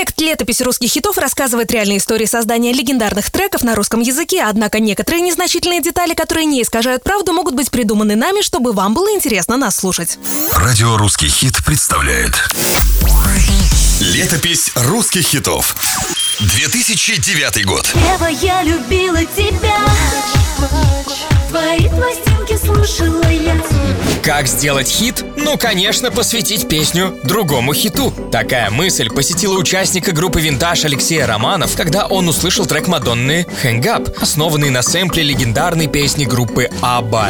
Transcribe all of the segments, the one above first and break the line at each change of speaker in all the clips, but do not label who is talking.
Проект «Летопись русских хитов» рассказывает реальные истории создания легендарных треков на русском языке, однако некоторые незначительные детали, которые не искажают правду, могут быть придуманы нами, чтобы вам было интересно нас слушать.
Радио «Русский хит» представляет «Летопись русских хитов». 2009 год.
Ева, я любила тебя. Твои пластинки слушала я.
Как сделать хит? Ну, конечно, посвятить песню другому хиту. Такая мысль посетила участника группы «Винтаж» Алексея Романов, когда он услышал трек Мадонны «Hang Up», основанный на сэмпле легендарной песни группы «Абба».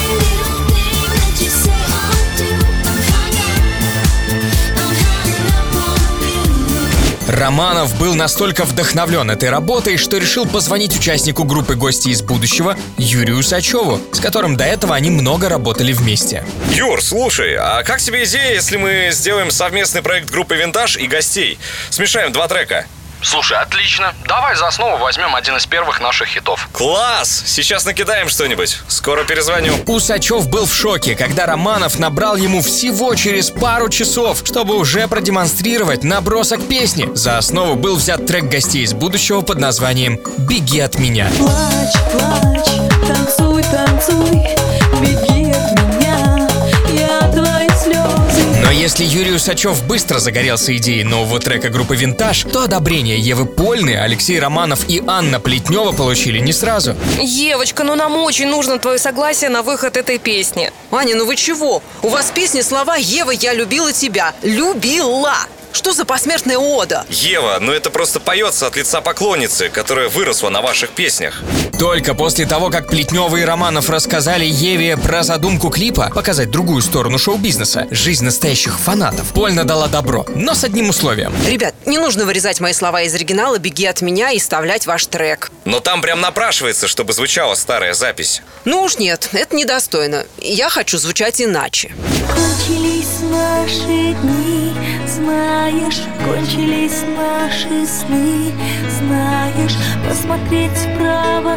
Романов был настолько вдохновлен этой работой, что решил позвонить участнику группы «Гости из будущего» Юрию Усачеву, с которым до этого они много работали вместе.
Юр, слушай, а как тебе идея, если мы сделаем совместный проект группы «Винтаж» и «Гостей»? Смешаем 2 трека.
Слушай, отлично. Давай за основу возьмем один из первых наших хитов.
Класс! Сейчас накидаем что-нибудь. Скоро перезвоню.
Усачев был в шоке, когда Романов набрал ему всего через пару часов, чтобы уже продемонстрировать набросок песни. За основу был взят трек «Гостей из будущего» под названием «Беги от меня».
Плачь, плачь, танцуй, танцуй, беги от меня, я твои слезы.
Но если Юрий Усачев быстро загорелся идеей нового трека группы «Винтаж», то одобрение Евы Польны, Алексей Романов и Анна Плетнева получили не сразу.
Евочка, ну нам очень нужно твое согласие на выход этой песни.
Аня, ну вы чего? У вас в песне слова «Ева, я любила тебя». Любила! Что за посмертная ода?
Ева, ну это просто поется от лица поклонницы, которая выросла на ваших песнях.
Только после того, как Плетнева и Романов рассказали Еве про задумку клипа показать другую сторону шоу-бизнеса, жизнь настоящих фанатов, Польна дала добро, но с одним условием.
Ребят, не нужно вырезать мои слова из оригинала «Беги от меня» и вставлять ваш трек.
Но там прям напрашивается, чтобы звучала старая запись.
Ну уж нет, это недостойно. Я хочу звучать иначе.
Кончились наши дни, знаешь, кончились наши сны, знаешь, посмотреть вправо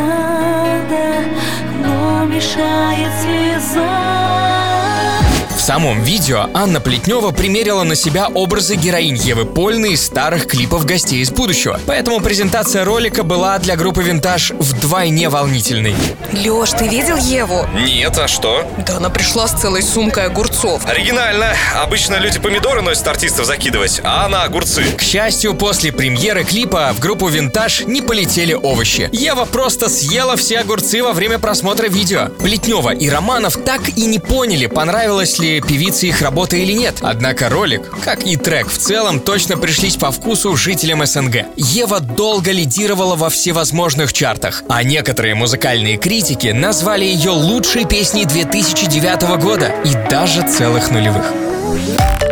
надо, но мешает слеза.
В самом видео Анна Плетнева примерила на себя образы героинь Евы Польны из старых клипов «Гостей из будущего». Поэтому презентация ролика была для группы «Винтаж» вдвойне волнительной.
Лёш, ты видел Еву?
Нет, а что?
Да она пришла с целой сумкой огурцов.
Оригинально. Обычно люди помидоры носят артистов закидывать, а она огурцы.
К счастью, после премьеры клипа в группу «Винтаж» не полетели овощи. Ева просто съела все огурцы во время просмотра видео. Плетнева и Романов так и не поняли, понравилось ли певице их работа или нет. Однако ролик, как и трек в целом, точно пришлись по вкусу жителям СНГ. Ева долго лидировала во всевозможных чартах, а некоторые музыкальные критики назвали ее лучшей песней 2009 года и даже целых нулевых.